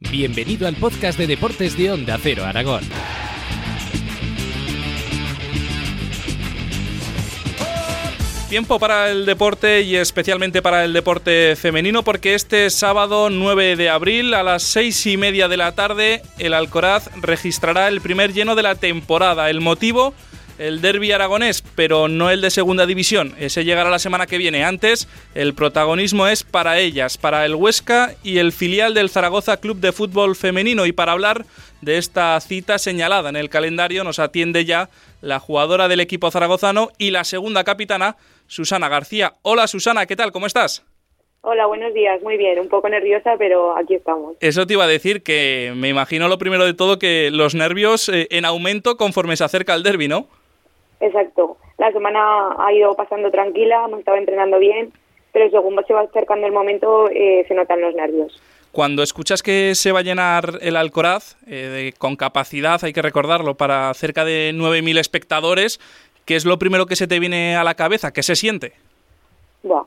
Bienvenido al podcast de deportes de Onda Cero Aragón. Tiempo para el deporte y especialmente para el deporte femenino, porque este sábado 9 de abril a las 6:30 de la tarde el Alcoraz registrará el primer lleno de la temporada. El motivo, el derbi aragonés, pero no el de segunda división. Ese llegará la semana que viene. Antes, el protagonismo es para ellas, para el Huesca y el filial del Zaragoza Club de Fútbol Femenino. Y para hablar de esta cita señalada en el calendario nos atiende ya la jugadora del equipo zaragozano y la segunda capitana, Susana García. Hola Susana, ¿qué tal? ¿Cómo estás? Hola, buenos días. Muy bien, un poco nerviosa, pero aquí estamos. Eso te iba a decir, que me imagino lo primero de todo que los nervios en aumento conforme se acerca el derbi, ¿no? Exacto. La semana ha ido pasando tranquila, hemos estado entrenando bien, pero según se va acercando el momento se notan los nervios. Cuando escuchas que se va a llenar el Alcoraz, con capacidad, hay que recordarlo, para cerca de 9.000 espectadores, ¿qué es lo primero que se te viene a la cabeza? ¿Qué se siente? Buah,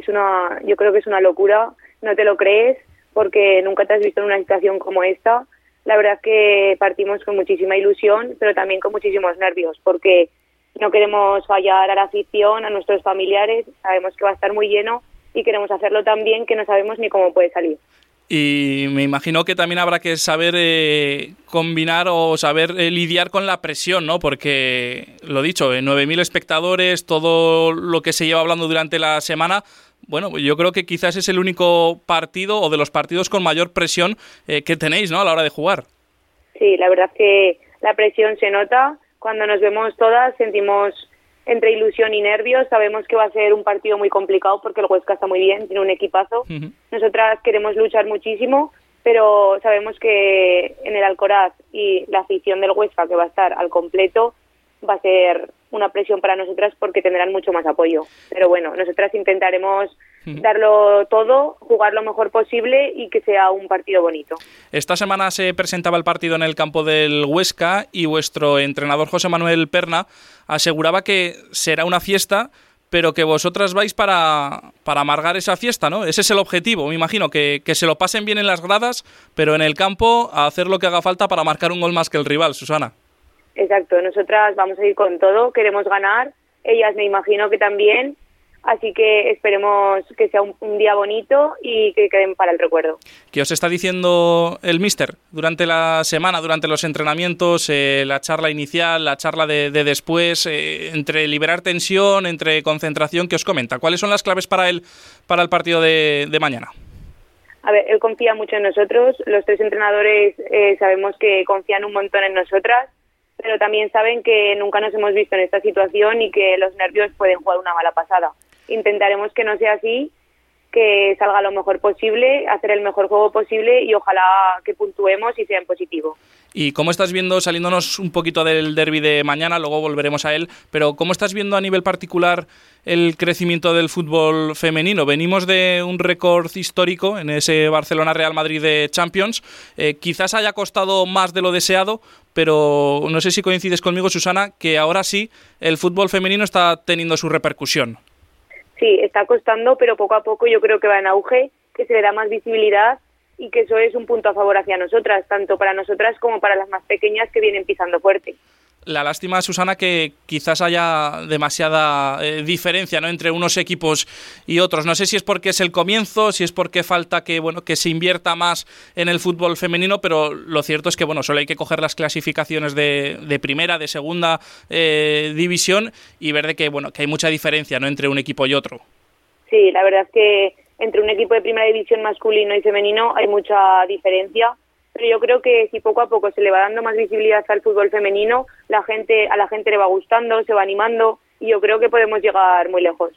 yo creo que es una locura, no te lo crees, porque nunca te has visto en una situación como esta. La verdad es que partimos con muchísima ilusión, pero también con muchísimos nervios, porque no queremos fallar a la afición, a nuestros familiares, sabemos que va a estar muy lleno y queremos hacerlo tan bien que no sabemos ni cómo puede salir. Y me imagino que también habrá que saber combinar o saber lidiar con la presión, ¿no? Porque, lo dicho, 9.000 espectadores, todo lo que se lleva hablando durante la semana, bueno, yo creo que quizás es el único partido o de los partidos con mayor presión que tenéis, ¿no?, a la hora de jugar. Sí, la verdad es que la presión se nota. Cuando nos vemos todas sentimos entre ilusión y nervios. Sabemos que va a ser un partido muy complicado porque el Huesca está muy bien, tiene un equipazo. Uh-huh. Nosotras queremos luchar muchísimo, pero sabemos que en el Alcoraz y la afición del Huesca, que va a estar al completo, va a ser una presión para nosotras porque tendrán mucho más apoyo. Pero bueno, nosotras intentaremos darlo todo, jugar lo mejor posible y que sea un partido bonito. Esta semana se presentaba el partido en el campo del Huesca y vuestro entrenador José Manuel Perna aseguraba que será una fiesta, pero que vosotras vais para amargar esa fiesta, ¿no? Ese es el objetivo, me imagino, que se lo pasen bien en las gradas, pero en el campo a hacer lo que haga falta para marcar un gol más que el rival, Susana. Exacto, nosotras vamos a ir con todo, queremos ganar, ellas me imagino que también, así que esperemos que sea un día bonito y que queden para el recuerdo. ¿Qué os está diciendo el míster durante la semana, durante los entrenamientos, la charla inicial, la charla de después, entre liberar tensión, entre concentración? ¿Qué os comenta? ¿Cuáles son las claves para el partido de mañana? A ver, él confía mucho en nosotros, los tres entrenadores sabemos que confían un montón en nosotras, pero también saben que nunca nos hemos visto en esta situación y que los nervios pueden jugar una mala pasada. Intentaremos que no sea así, que salga lo mejor posible, hacer el mejor juego posible y ojalá que puntuemos y sea en positivo. ¿Y cómo estás viendo, saliéndonos un poquito del derbi de mañana, luego volveremos a él, pero cómo estás viendo a nivel particular el crecimiento del fútbol femenino? Venimos de un récord histórico en ese Barcelona-Real Madrid de Champions. Quizás haya costado más de lo deseado, pero no sé si coincides conmigo, Susana, que ahora sí el fútbol femenino está teniendo su repercusión. Sí, está costando, pero poco a poco yo creo que va en auge, que se le da más visibilidad y que eso es un punto a favor hacia nosotras, tanto para nosotras como para las más pequeñas que vienen pisando fuerte. La lástima, Susana, que quizás haya demasiada diferencia, ¿no?, entre unos equipos y otros. No sé si es porque es el comienzo, si es porque falta que se invierta más en el fútbol femenino, pero lo cierto es que solo hay que coger las clasificaciones de primera, de segunda división y ver de que hay mucha diferencia, ¿no?, entre un equipo y otro. Sí, la verdad es que entre un equipo de primera división masculino y femenino hay mucha diferencia. Pero yo creo que si poco a poco se le va dando más visibilidad al fútbol femenino, a la gente le va gustando, se va animando y yo creo que podemos llegar muy lejos.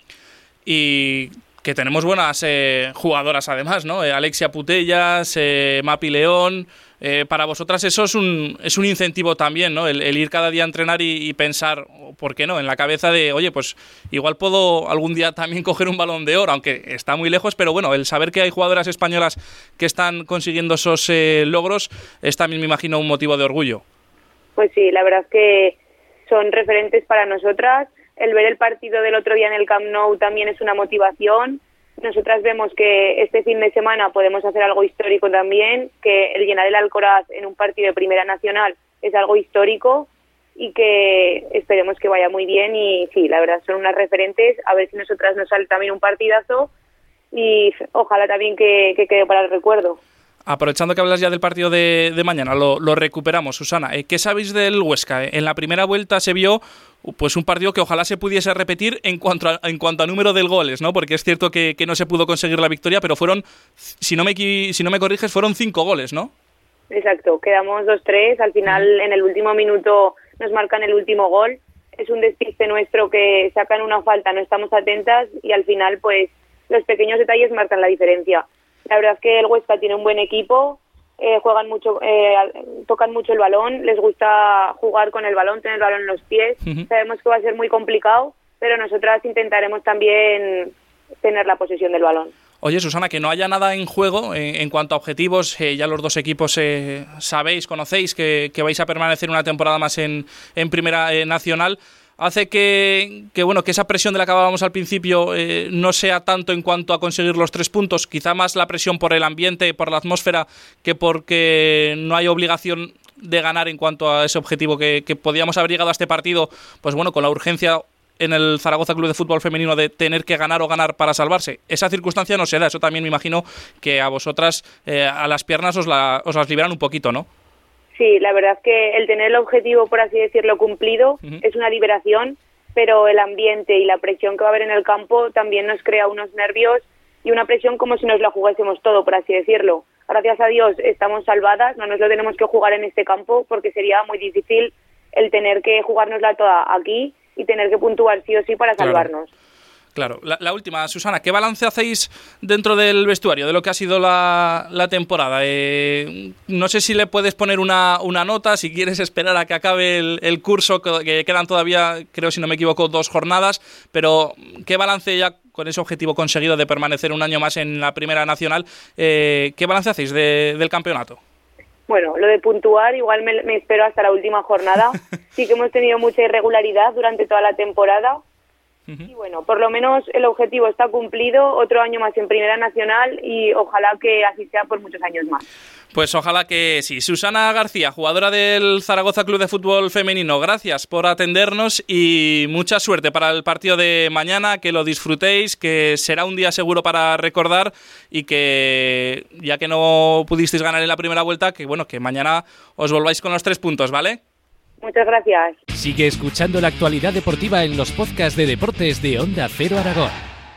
Y que tenemos buenas jugadoras además, ¿no? Alexia Putellas, Mapi León. Para vosotras eso es un incentivo también, ¿no? El ir cada día a entrenar y pensar, ¿por qué no?, en la cabeza de, oye, pues igual puedo algún día también coger un Balón de Oro, aunque está muy lejos, pero el saber que hay jugadoras españolas que están consiguiendo esos logros es también, me imagino, un motivo de orgullo. Pues sí, la verdad es que son referentes para nosotras. El ver el partido del otro día en el Camp Nou también es una motivación. nosotras vemos que este fin de semana podemos hacer algo histórico también, que el llenar el Alcoraz en un partido de Primera Nacional es algo histórico y que esperemos que vaya muy bien. Y sí, la verdad son unas referentes, a ver si nosotras nos sale también un partidazo y ojalá también que quede para el recuerdo. Aprovechando que hablas ya del partido de mañana, lo recuperamos, Susana. ¿Qué sabéis del Huesca? En la primera vuelta se vio pues un partido que ojalá se pudiese repetir en cuanto a número de goles, ¿no? Porque es cierto que no se pudo conseguir la victoria, pero fueron, si no me corriges, fueron 5 goles, ¿no? Exacto, quedamos 2-3, al final en el último minuto nos marcan el último gol. Es un despiste nuestro que sacan una falta, no estamos atentas y al final pues los pequeños detalles marcan la diferencia. La verdad es que el Huesca tiene un buen equipo, juegan mucho, tocan mucho el balón, les gusta jugar con el balón, tener el balón en los pies. Sabemos que va a ser muy complicado, pero nosotras intentaremos también tener la posesión del balón. Oye, Susana, que no haya nada en juego en cuanto a objetivos, ya los dos equipos conocéis que vais a permanecer una temporada más en Primera Nacional. Hace que esa presión de la que hablábamos al principio no sea tanto en cuanto a conseguir los 3 puntos, quizá más la presión por el ambiente, por la atmósfera, que porque no hay obligación de ganar en cuanto a ese objetivo que podíamos haber llegado a este partido, pues bueno, con la urgencia en el Zaragoza Club de Fútbol Femenino de tener que ganar o ganar para salvarse. Esa circunstancia no se da, eso también me imagino que a vosotras a las piernas os las liberan un poquito, ¿no? Sí, la verdad es que el tener el objetivo, por así decirlo, cumplido es una liberación, pero el ambiente y la presión que va a haber en el campo también nos crea unos nervios y una presión como si nos la jugásemos todo, por así decirlo. Gracias a Dios estamos salvadas, no nos lo tenemos que jugar en este campo porque sería muy difícil el tener que jugárnosla toda aquí y tener que puntuar sí o sí para salvarnos. Claro. La última, Susana, ¿qué balance hacéis dentro del vestuario de lo que ha sido la temporada? No sé si le puedes poner una nota, si quieres esperar a que acabe el curso, que quedan todavía, creo si no me equivoco, 2 jornadas, pero ¿qué balance ya con ese objetivo conseguido de permanecer un año más en la Primera Nacional, qué balance hacéis del campeonato? Bueno, lo de puntuar igual me espero hasta la última jornada. Sí que hemos tenido mucha irregularidad durante toda la temporada. Y bueno, por lo menos el objetivo está cumplido, otro año más en Primera Nacional y ojalá que así sea por muchos años más. Pues ojalá que sí. Susana García, jugadora del Zaragoza Club de Fútbol Femenino, gracias por atendernos y mucha suerte para el partido de mañana, que lo disfrutéis, que será un día seguro para recordar y que ya que no pudisteis ganar en la primera vuelta, que bueno, que mañana os volváis con los 3 puntos, ¿vale? Muchas gracias. Sigue escuchando la actualidad deportiva en los podcasts de deportes de Onda Cero Aragón.